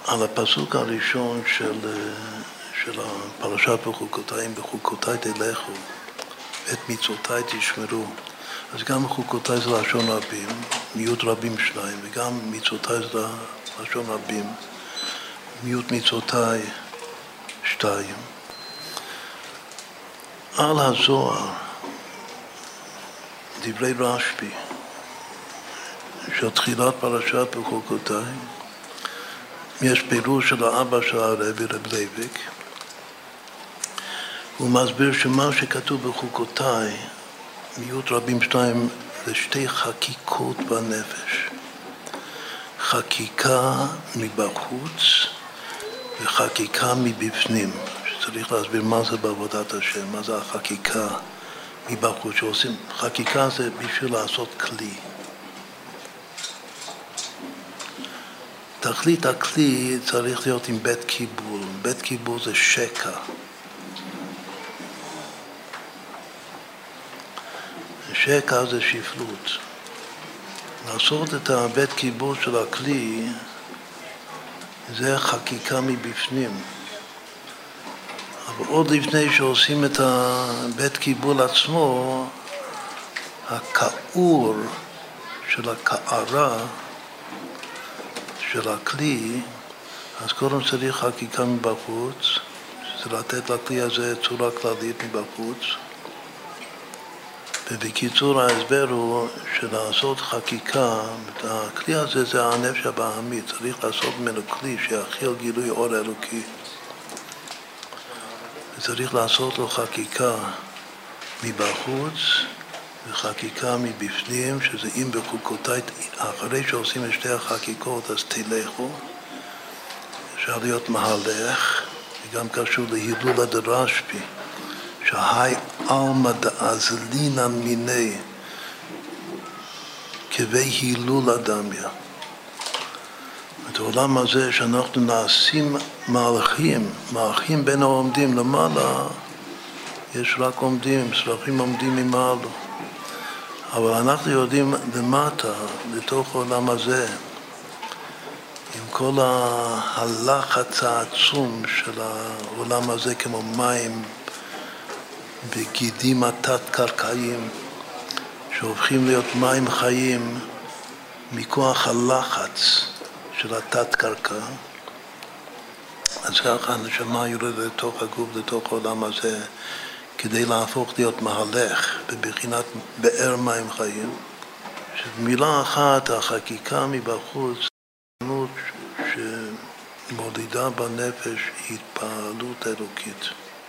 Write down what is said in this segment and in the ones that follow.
על הפסוק הראשון של הפרשת בחוקותיי, בחוקותיי תלכו, את מצוותיי תשמרו. אז גם בחוקותיי זה לשון רבים, מיעוט רבים שניים, וגם מצוותיי זה לשון רבים, מיעוט מצוותיי שתיים. על הזוהר, דברי רשב"י, של תחילת פרשת בחוקותיי, יש פירוש של האבא של הרבי, רב לייבק. הוא מסביר שמה שכתוב בחוקותיי, מיעוט רבים שתיים, זה שתי חקיקות בנפש. חקיקה מבחוץ וחקיקה מבפנים. שצריך להסביר מה זה בעבודת השם, מה זה החקיקה מבחוץ שעושים. חקיקה זה בשביל לעשות כלי. תכלית הכלי צריך להיות עם בית קיבול. בית קיבול זה שקע. שקע זה שפלות. לעשות את הבית קיבול של הכלי זה חקיקה מבפנים. אבל עוד לפני שעושים את הבית קיבול עצמו, הכעור של הקערה של הכלי, אז קודם צריך חקיקה מבחוץ, שזה לתת לכלי הזה צורה כללית מבחוץ. ובקיצור ההסבר הוא שלעשות חקיקה, הכלי הזה זה הנפש הבהמית, צריך לעשות ממנו כלי שיכיל גילוי אור אלוקי. וצריך לעשות לו חקיקה מבחוץ וחקיקה מבפנים, שזה אם בחוקותיי, אחרי שעושים את שתי החקיקות אז תלכו, אפשר להיות מהלך, וגם קשור להילולה דרשב"י, שהי עלמא דאזלינן מיני כבי הילולה דמיה. את העולם הזה שאנחנו נעשים מהלכים בין העומדים למעלה, יש רק עומדים, סרחים עומדים ממעלה. אבל אנחנו יודעים למטה, לתוך העולם הזה, עם כל הלחץ העצום של העולם הזה כמו מים בגידים התת-קרקעיים, שהופכים להיות מים חיים מכוח הלחץ של התת-קרקע. אז ככה הנשמה יורד לתוך הגוף, לתוך העולם הזה, כדי להפוך להיות מהלך בבחינת באר מים חיים. שבמילה אחת, החקיקה מבחוץ, שמולידה בנפש התפעלות אלוקית.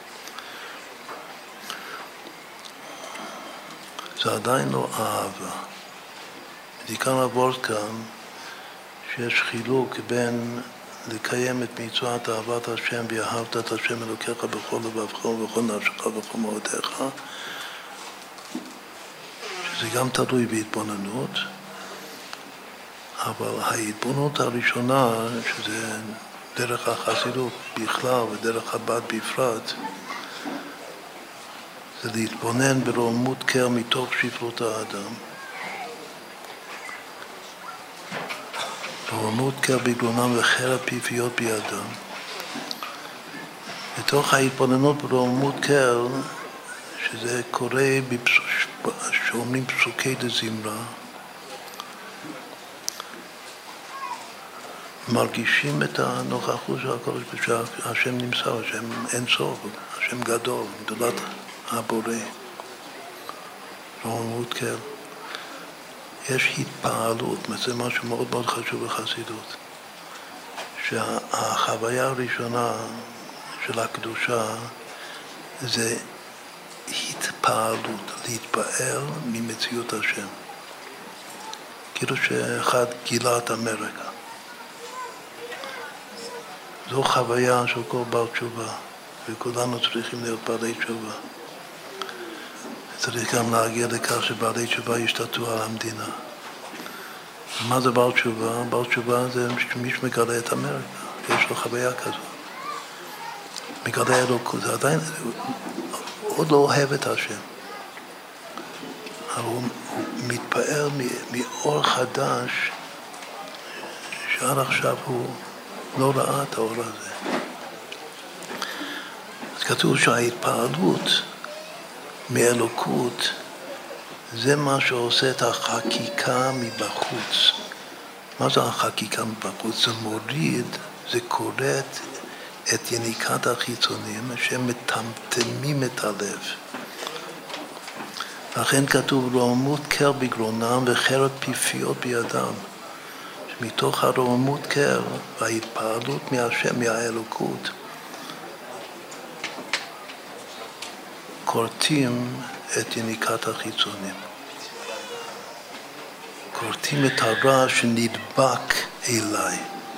זה עדיין לא אהבה. מכאן עבור כאן שיש חילוק בין לקיים את מצוות אהבת השם ואהבת את השם אלוקיך בכל לבבך ובכל נפשך ובכל מאודיך, שזה גם תלוי בהתבוננות, אבל ההתבוננות הראשונה, שזה דרך החסידות בכלל ודרך חב"ד בפרט, זה להתבונן ברוממות קר מתוך שפלות האדם. רוממות קר בגרונם וחרב פיפיות בידם. בתוך ההתבוננות ברוממות קר, שזה קורה שאומרים פסוקי דזמרה, מרגישים את הנוכחות של הקודש, שהשם נמצא, השם אין סוף, השם גדול, גדולת הבורא, רוממות קר. יש התפעלות, זה משהו מאוד מאוד חשוב בחסידות, שהחוויה הראשונה של הקדושה זה התפעלות, להתפעל ממציאות השם. כאילו שאחד גילה את אמריקה. זו חוויה של כל בעל תשובה, וכולנו צריכים להיות בעלי תשובה. צריך גם להגיע לכך שבעלי תשובה ישתתו על המדינה. מה זה בעל תשובה? בעל תשובה זה מי שמגלה את אמריקה. יש לו חוויה כזו. מגלה אלוקות. זה עדיין, הוא עוד לא אוהב את השם. אבל הוא מתפעל מאור חדש שעד עכשיו הוא לא ראה את האור הזה. אז כתוב שההתפעלות מאלוקות זה מה שעושה את החקיקה מבחוץ. מה זה החקיקה מבחוץ? זה מוריד, זה קורט את יניקת החיצונים שמטמטמים את הלב. לכן כתוב רוממות קר בגרונם וחרב פיפיות בידם. שמתוך הרוממות קר וההתפעלות מהשם, מהאלוקות, קורטים את יניקת החיצונים. קורטים את הרע שנדבק אליי.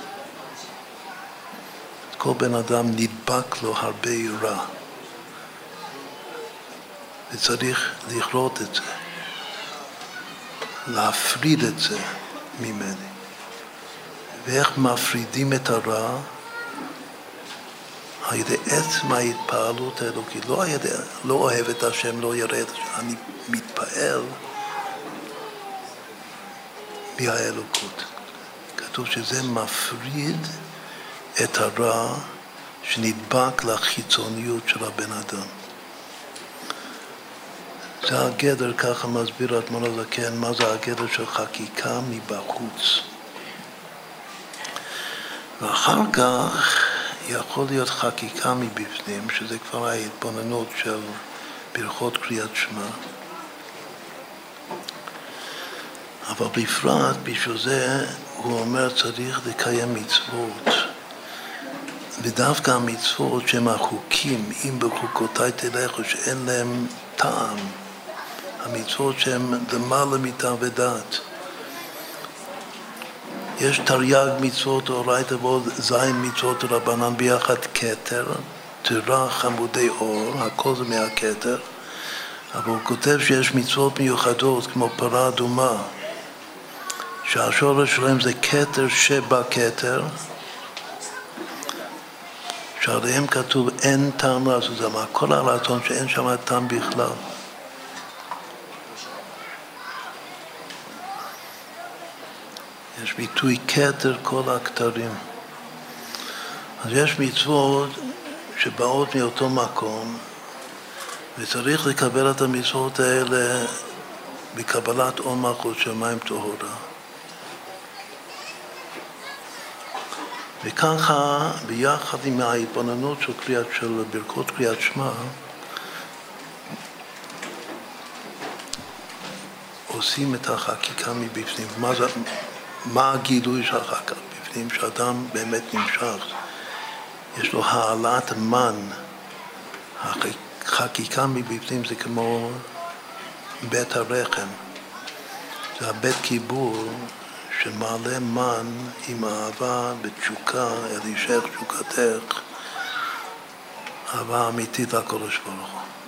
כל בן אדם נדבק לו הרבה רע. וצריך לכרות את זה. להפריד את זה ממני. ואיך מפרידים את הרע? על ידי עצם ההתפעלות האלוקית. לא אוהב את השם, לא יראה את השם. אני מתפעל מהאלוקות. כתוב שזה מפריד את הרע שנדבק לחיצוניות של הבן אדם. זה הגדר, ככה מסביר האדמו"ר הזקן, מה זה הגדר של חקיקה מבחוץ. ואחר כך יכול להיות חקיקה מבפנים, שזה כבר ההתבוננות של ברכות קריאת שמע. אבל בפרט, בשביל זה, הוא אומר, צריך לקיים מצוות. ודווקא המצוות שהם החוקים, אם בחוקותיי תלכו, שאין להם טעם. המצוות שהן למעלה מטעם ודעת. יש תרי"ג מצוות אורייתא ועוד זין מצוות רבנן ביחד כתר, תורה חמודי אור, הכל זה מהכתר, אבל הוא כותב שיש מצוות מיוחדות כמו פרה אדומה, שהשורש שלהם זה כתר שבכתר, שעליהם כתוב אין טעם לעשות, זה כל הרצון שאין שם טעם בכלל. יש ביטוי כתר כל הכתרים. אז יש מצוות שבאות מאותו מקום, וצריך לקבל את המצוות האלה בקבלת עול מלכות שמיים טהורה. וככה, ביחד עם ההתבוננות של ברכות קריאת שמע, עושים את החקיקה מבפנים. מה הגילוי של החקיקה בפנים? שאדם באמת נמשך, יש לו העלאת מן. החקיקה מבפנים זה כמו בית הרחם. זה הבית קיבור שמעלה מן עם אהבה בתשוקה, אל ישך תשוקתך, אהבה אמיתית לקדוש ברוך הוא.